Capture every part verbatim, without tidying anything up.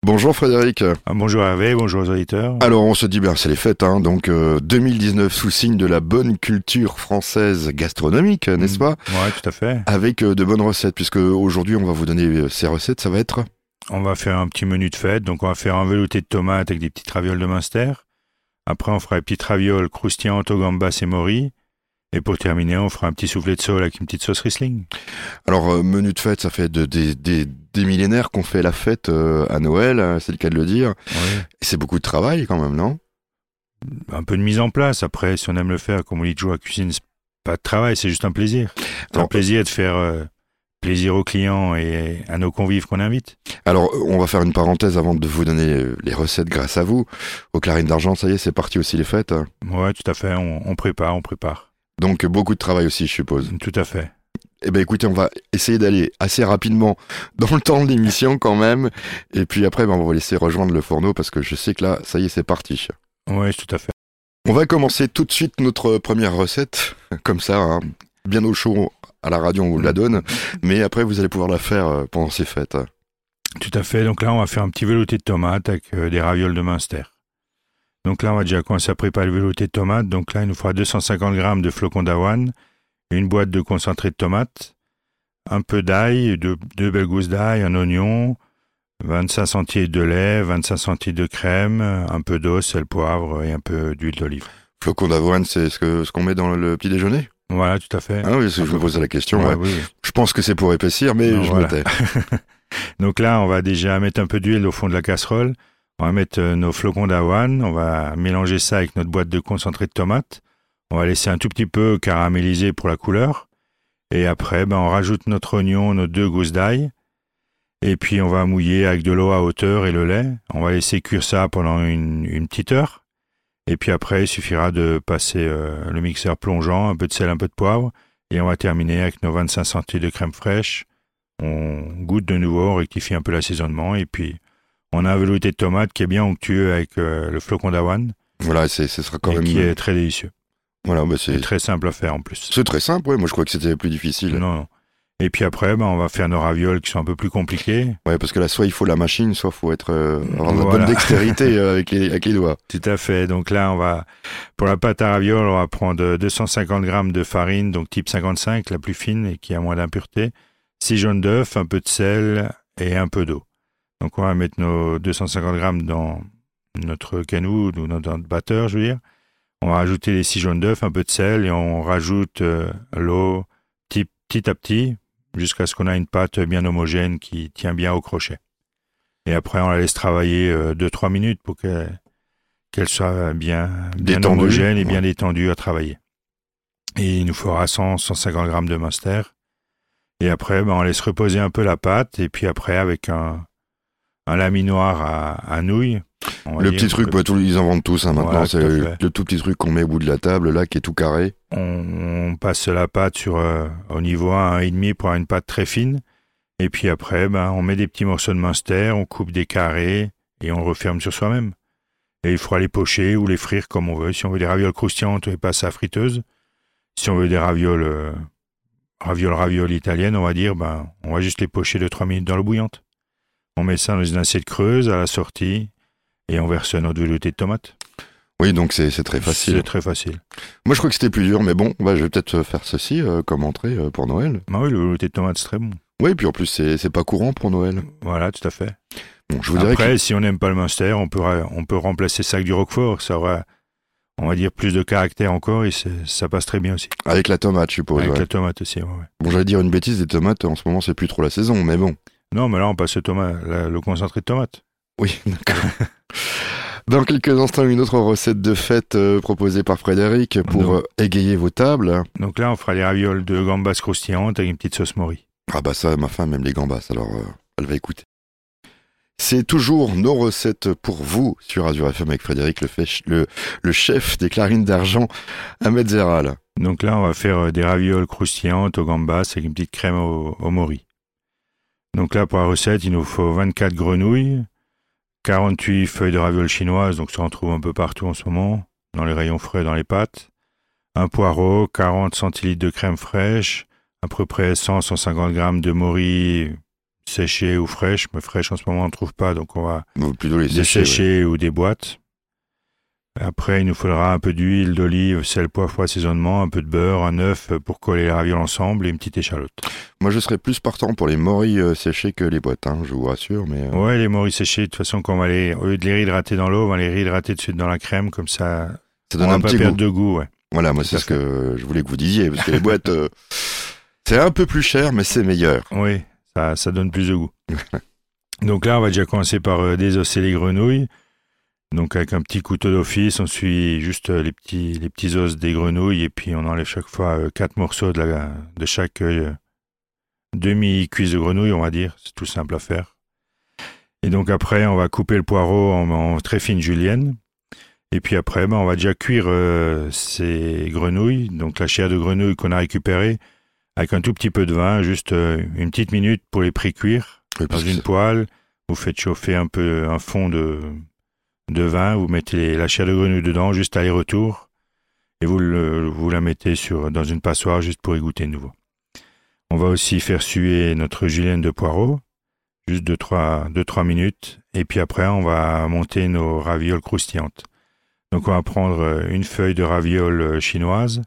Bonjour Frédéric. Ah, bonjour Hervé, bonjour aux auditeurs. Alors on se dit bien, c'est les fêtes, hein, donc euh, deux mille dix-neuf sous signe de la bonne culture française gastronomique, n'est-ce pas? Ouais, tout à fait. Avec euh, de bonnes recettes, puisque aujourd'hui on va vous donner euh, ces recettes, ça va être... On va faire un petit menu de fête, donc on va faire un velouté de tomates avec des petites ravioles de Munster. Après on fera des petites ravioles croustillantes aux gambas et moris. Et pour terminer, on fera un petit soufflé de sole avec une petite sauce Riesling. Alors euh, menu de fête, ça fait de, des, des, des millénaires qu'on fait la fête euh, à Noël, hein, c'est le cas de le dire. Oui. Et c'est beaucoup de travail quand même, non? Un peu de mise en place. Après, si on aime le faire, comme on dit toujours à la cuisine, c'est pas de travail, c'est juste un plaisir. C'est Alors, un plaisir de faire euh, plaisir aux clients et à nos convives qu'on invite. Alors, on va faire une parenthèse avant de vous donner les recettes grâce à vous. Aux Clarines d'Argent, ça y est, c'est parti aussi les fêtes. Ouais, tout à fait, on, on prépare, on prépare. Donc, beaucoup de travail aussi, je suppose. Tout à fait. Eh ben, écoutez, on va essayer d'aller assez rapidement dans le temps de l'émission quand même. Et puis après, ben, on va vous laisser rejoindre le fourneau parce que je sais que là, ça y est, c'est parti. Ouais, tout à fait. On va commencer tout de suite notre première recette, comme ça, hein, bien au chaud à la radio, on vous la donne. Mais après, vous allez pouvoir la faire pendant ces fêtes. Tout à fait. Donc là, on va faire un petit velouté de tomates avec euh, des ravioles de Munster. Donc là, on va déjà commencer à préparer le velouté de tomates. Donc là, il nous faudra deux cent cinquante grammes de flocons d'avoine, une boîte de concentré de tomates, un peu d'ail, deux, deux belles gousses d'ail, un oignon, vingt-cinq centilitres de lait, vingt-cinq centilitres de crème, un peu d'eau, sel, poivre et un peu d'huile d'olive. Flocons d'avoine, c'est ce que ce qu'on met dans le petit déjeuner? Voilà, tout à fait. Ah oui, je me posais la question. Ouais, Ouais. oui, oui. Je pense que c'est pour épaissir, mais Non, je voilà. me tais. Donc là, on va déjà mettre un peu d'huile au fond de la casserole. On va mettre euh, nos flocons d'avoine. On va mélanger ça avec notre boîte de concentré de tomates. On va laisser un tout petit peu caraméliser pour la couleur. Et après, ben, on rajoute notre oignon, nos deux gousses d'ail. Et puis, on va mouiller avec de l'eau à hauteur et le lait. On va laisser cuire ça pendant une, une petite heure. Et puis après, il suffira de passer euh, le mixeur plongeant, un peu de sel, un peu de poivre. Et on va terminer avec nos vingt-cinq centilitres de crème fraîche. On goûte de nouveau, on rectifie un peu l'assaisonnement. Et puis, on a un velouté de tomate qui est bien onctueux avec euh, le flocon d'avoine. Voilà, c'est, ce sera quand et même... qui est très délicieux. Voilà, bah C'est c'est... très simple à faire en plus. c'est très simple, ouais. Moi, je crois que c'était plus difficile. Non, non. Et puis après, ben, on va faire nos ravioles qui sont un peu plus compliquées. Ouais, parce que là, soit il faut la machine, soit il faut être, euh, avoir de la Voilà. bonne dextérité euh, avec, les, avec les doigts. Tout à fait. Donc là, on va, pour la pâte à ravioles, on va prendre deux cent cinquante grammes de farine, donc type cinquante-cinq, la plus fine et qui a moins d'impureté, six jaunes d'œufs, un peu de sel et un peu d'eau. Donc on va mettre nos deux cent cinquante grammes dans notre canouille ou dans notre batteur, je veux dire. On va ajouter les six jaunes d'œufs, un peu de sel et on rajoute euh, l'eau petit, petit à petit jusqu'à ce qu'on ait une pâte bien homogène qui tient bien au crochet. Et après, on la laisse travailler euh, deux à trois minutes pour qu'elle, qu'elle soit bien, bien Détendue, homogène et bien ouais. détendue à travailler. Et il nous faudra cent à cent cinquante grammes de Munster. Et après, ben, on laisse reposer un peu la pâte et puis après, avec un, un laminoir à, à nouilles. on va Le dire, petit truc, que- bah, tout, ils en vendent tous hein, maintenant. Voilà, c'est tout à le, fait. le tout petit truc qu'on met au bout de la table, là, qui est tout carré. On, on passe la pâte sur euh, au niveau un et demi pour avoir une pâte très fine. Et puis après, ben, on met des petits morceaux de Munster, on coupe des carrés et on referme sur soi-même. Et il faudra les pocher ou les frire comme on veut. Si on veut des ravioles croustillantes, on les passe à la friteuse. Si on veut des ravioles, euh, ravioles, ravioles italiennes, on va dire, ben, on va juste les pocher deux à trois minutes dans l'eau bouillante. On met ça dans une assiette creuse à la sortie et on verse notre velouté de tomate. Oui, donc c'est, c'est très facile. C'est très facile. Moi, je crois que c'était plus dur, mais bon, bah, je vais peut-être faire ceci euh, comme entrée euh, pour Noël. Ben oui, le velouté de tomate, c'est très bon. Oui, puis en plus, c'est, c'est pas courant pour Noël. Voilà, tout à fait. Bon, je vous dirais Après, que... si on n'aime pas le Munster, on peut, ra- on peut remplacer ça avec du Roquefort. Ça aura, on va dire, plus de caractère encore et c'est, ça passe très bien aussi. Avec la tomate, je suppose. Avec ouais. la tomate aussi, ouais, ouais. Bon, j'allais dire une bêtise, des tomates, en ce moment, c'est plus trop la saison, mais bon. Non, mais là, on passe le, tomate, la- le concentré de tomate. Oui, d'accord. Dans quelques instants, une autre recette de fête euh, proposée par Frédéric pour Non. euh, égayer vos tables. Donc là, on fera les ravioles de gambas croustillantes avec une petite sauce mori. Ah bah ça, ma femme aime les gambas, alors euh, elle va écouter. C'est toujours nos recettes pour vous sur Azure F M avec Frédéric, le, fech- le, le chef des Clarines d'Argent à Metzeral. Donc là, on va faire euh, des ravioles croustillantes aux gambas avec une petite crème au, au mori. Donc là, pour la recette, il nous faut vingt-quatre grenouilles, quarante-huit feuilles de ravioles chinoises, donc ça on trouve un peu partout en ce moment, dans les rayons frais, dans les pâtes, un poireau, quarante centilitres de crème fraîche, à peu près cent à cent cinquante grammes de mori séchées ou fraîches. Mais fraîches, en ce moment, on ne trouve pas, donc on va Donc, plutôt les des sécher. séchées ou des boîtes. Après, il nous faudra un peu d'huile, d'olive, sel, poivre, assaisonnement, un peu de beurre, un œuf pour coller les ravioles ensemble et une petite échalote. Moi, je serais plus partant pour les morilles euh, séchées que les boîtes, hein, je vous rassure. Mais, euh... Ouais, les morilles séchées, de toute façon, qu'on va les, au lieu de les réhydrater dans l'eau, on va les réhydrater tout de suite dans la crème, comme ça, ça donne on un va pas petit perdre goût. de goût. Ouais. Voilà, moi, Tout c'est à ce fait. que je voulais que vous disiez, parce que les boîtes, euh, c'est un peu plus cher, mais c'est meilleur. Oui, ça, ça donne plus de goût. Donc là, on va déjà commencer par euh, désosser les grenouilles. Donc avec un petit couteau d'office, on suit juste euh, les petits les petits os des grenouilles et puis on enlève chaque fois euh, quatre morceaux de, la, de chaque euh, demi-cuisse de grenouille, on va dire. C'est tout simple à faire. Et donc après, on va couper le poireau en, en très fine julienne. Et puis après, ben, on va déjà cuire euh, ces grenouilles, donc la chair de grenouille qu'on a récupérée, avec un tout petit peu de vin, juste euh, une petite minute pour les pré-cuire Oui, dans parce que une c'est- poêle. Vous faites chauffer un peu un fond de de vin, vous mettez les- la chair de grenouille dedans, juste aller-retour, et vous, le, vous la mettez sur, dans une passoire juste pour y goûter de nouveau. On va aussi faire suer notre julienne de poireau, juste deux trois minutes, et puis après on va monter nos ravioles croustillantes. Donc on va prendre une feuille de ravioles chinoise,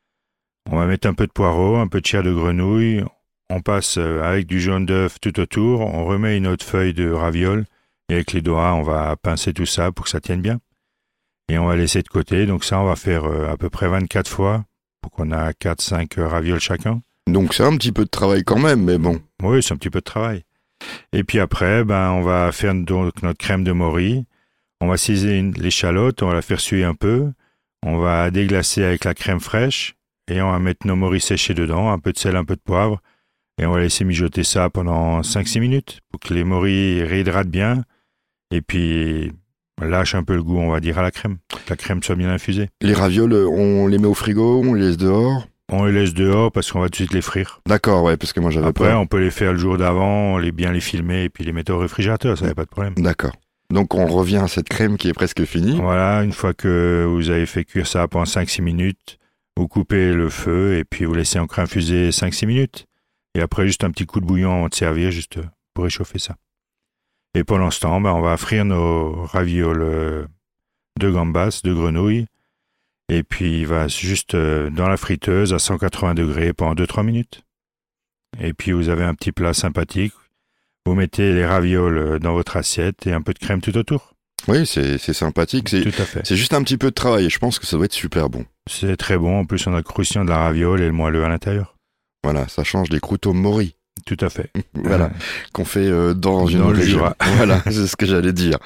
on va mettre un peu de poireau, un peu de chair de grenouille, on passe avec du jaune d'œuf tout autour, on remet une autre feuille de ravioles, et avec les doigts, on va pincer tout ça pour que ça tienne bien. Et on va laisser de côté. Donc ça, on va faire euh, à peu près vingt-quatre fois pour qu'on a quatre cinq ravioles chacun. Donc c'est un petit peu de travail quand même, mais bon. Oui, c'est un petit peu de travail. Et puis après, ben, on va faire donc notre crème de morille. On va ciser une- l'échalote, on va la faire suer un peu. On va déglacer avec la crème fraîche et on va mettre nos morilles séchées dedans, un peu de sel, un peu de poivre. Et on va laisser mijoter ça pendant cinq six minutes pour que les morilles réhydratent bien. Et puis, lâche un peu le goût, on va dire, à la crème. Que la crème soit bien infusée. Les ravioles, on les met au frigo, on les laisse dehors. On les laisse dehors parce qu'on va tout de suite les frire. D'accord, ouais, parce que moi j'avais Après, peur. on peut les faire le jour d'avant, les bien les filmer et puis les mettre au réfrigérateur, ça n'y a pas de problème. D'accord. Donc on revient à cette crème qui est presque finie. Voilà, une fois que vous avez fait cuire ça pendant cinq six minutes, vous coupez le feu et puis vous laissez encore infuser cinq six minutes. Et après, juste un petit coup de bouillon avant de servir, juste pour réchauffer ça. Et pendant ce temps, ben, on va frire nos ravioles de gambas, de grenouille. Et puis, il va juste euh, dans la friteuse à cent quatre-vingts degrés pendant deux trois minutes. Et puis, vous avez un petit plat sympathique. Vous mettez les ravioles dans votre assiette et un peu de crème tout autour. Oui, c'est c'est sympathique. C'est Tout à fait. c'est juste un petit peu de travail et je pense que ça doit être super bon. C'est très bon. En plus, on a le croustillant de la raviole et le moelleux à l'intérieur. Voilà, ça change des croûtes au mori. Tout à fait. Voilà, qu'on fait euh, dans une Dans le région. Jura. Voilà, c'est ce que j'allais dire.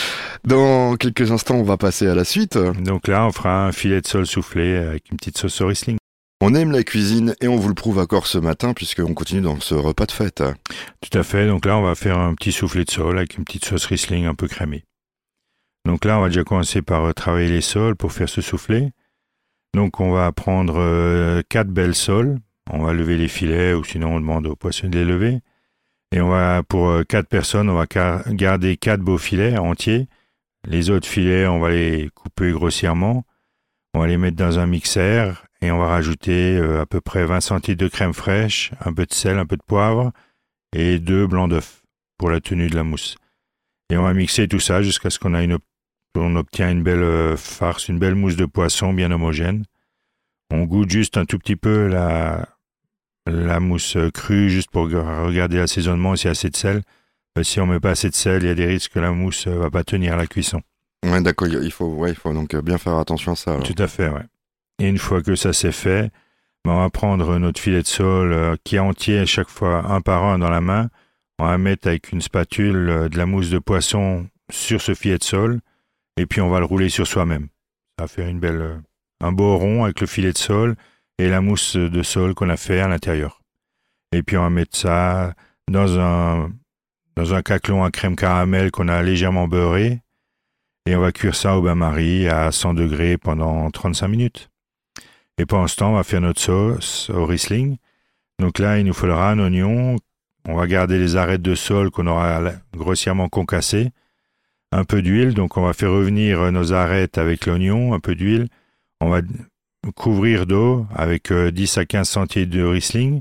Dans quelques instants, on va passer à la suite. Donc là, on fera un filet de sole soufflé avec une petite sauce au Riesling. On aime la cuisine et on vous le prouve encore ce matin puisqu'on continue dans ce repas de fête. Tout à fait. Donc là, on va faire un petit soufflé de sole avec une petite sauce Riesling un peu crémée. Donc là, on va déjà commencer par euh, travailler les sols pour faire ce soufflé. Donc on va prendre euh, quatre belles soles. On va lever les filets ou sinon on demande aux poissonniers de les lever. Et on va, pour euh, quatre personnes, on va car- garder quatre beaux filets entiers. Les autres filets, on va les couper grossièrement. On va les mettre dans un mixeur et on va rajouter euh, à peu près vingt centilitres de crème fraîche, un peu de sel, un peu de poivre et deux blancs d'œufs pour la tenue de la mousse. Et on va mixer tout ça jusqu'à ce qu'on a une, on obtient une belle euh, farce, une belle mousse de poisson bien homogène. On goûte juste un tout petit peu la, la mousse crue, juste pour regarder l'assaisonnement s'il y a assez de sel. Parce que si on met pas assez de sel, il y a des risques que la mousse va pas tenir à la cuisson. Ouais, d'accord, il faut, ouais, il faut donc bien faire attention à ça. Alors. Tout à fait, ouais. Et une fois que ça c'est fait, ben on va prendre notre filet de sole euh, qui est entier à chaque fois un par un dans la main. On va mettre avec une spatule euh, de la mousse de poisson sur ce filet de sole et puis on va le rouler sur soi-même. Ça va faire une belle, euh, un beau rond avec le filet de sole et la mousse de sole qu'on a fait à l'intérieur. Et puis on va mettre ça dans un, dans un caclon à crème caramel qu'on a légèrement beurré. Et on va cuire ça au bain-marie à cent degrés pendant trente-cinq minutes. Et pendant ce temps, on va faire notre sauce au Riesling. Donc là, il nous faudra un oignon. On va garder les arêtes de sole qu'on aura grossièrement concassées. Un peu d'huile. Donc on va faire revenir nos arêtes avec l'oignon, un peu d'huile. On va couvrir d'eau avec dix à quinze centilitres de Riesling.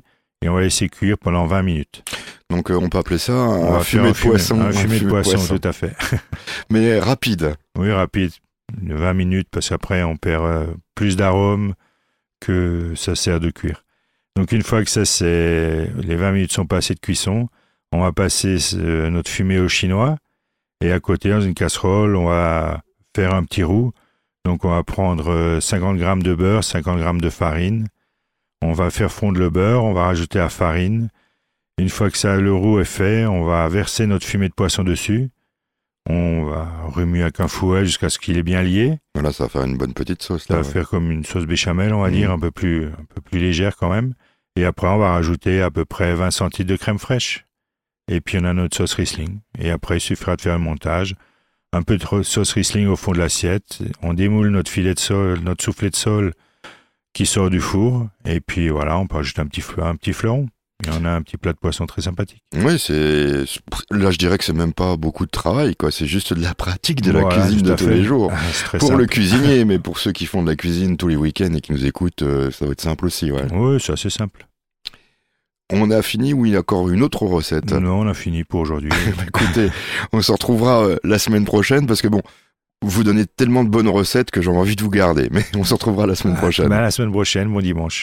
et on va laisser cuire pendant vingt minutes. Donc euh, on peut appeler ça On un va fumé faire de poisson. Un fumé de poisson, poisson, tout à fait. Mais rapide. Oui, rapide. vingt minutes, parce qu'après, on perd euh, plus d'arômes que ça sert de cuire. Donc, une fois que ça c'est, les vingt minutes sont passées de cuisson, on va passer ce, notre fumée au chinois. Et à côté, dans une casserole, on va faire un petit roux. Donc, on va prendre cinquante grammes de beurre, cinquante grammes de farine. On va faire fondre le beurre, on va rajouter la farine. Une fois que ça, le roux est fait, on va verser notre fumée de poisson dessus. On va remuer avec un fouet jusqu'à ce qu'il est bien lié. Voilà, ça va faire une bonne petite sauce. Ça Là, va ouais. faire comme une sauce béchamel, on va mmh. dire, un peu plus, un peu plus légère quand même. Et après, on va rajouter à peu près vingt centilitres de crème fraîche. Et puis, on a notre sauce Riesling. Et après, il suffira de faire le montage. Un peu de sauce Riesling au fond de l'assiette. On démoule notre filet de sole, notre soufflet de sole qui sort du four. Et puis, voilà, on peut ajouter un petit, un petit fleuron. Et on a un petit plat de poisson très sympathique. Oui, c'est là je dirais que c'est même pas beaucoup de travail, quoi. C'est juste de la pratique de la voilà, cuisine de tous fait. les jours. Ah, pour simple. le cuisinier, mais pour ceux qui font de la cuisine tous les week-ends et qui nous écoutent, euh, ça va être simple aussi. Ouais. Oui, c'est assez simple. On a fini ou il y a encore une autre recette? Non, on a fini pour aujourd'hui. Écoutez, on se retrouvera euh, la semaine prochaine parce que bon, vous donnez tellement de bonnes recettes que j'ai envie de vous garder. Mais on se retrouvera la semaine prochaine. Ben, la semaine prochaine, bon dimanche.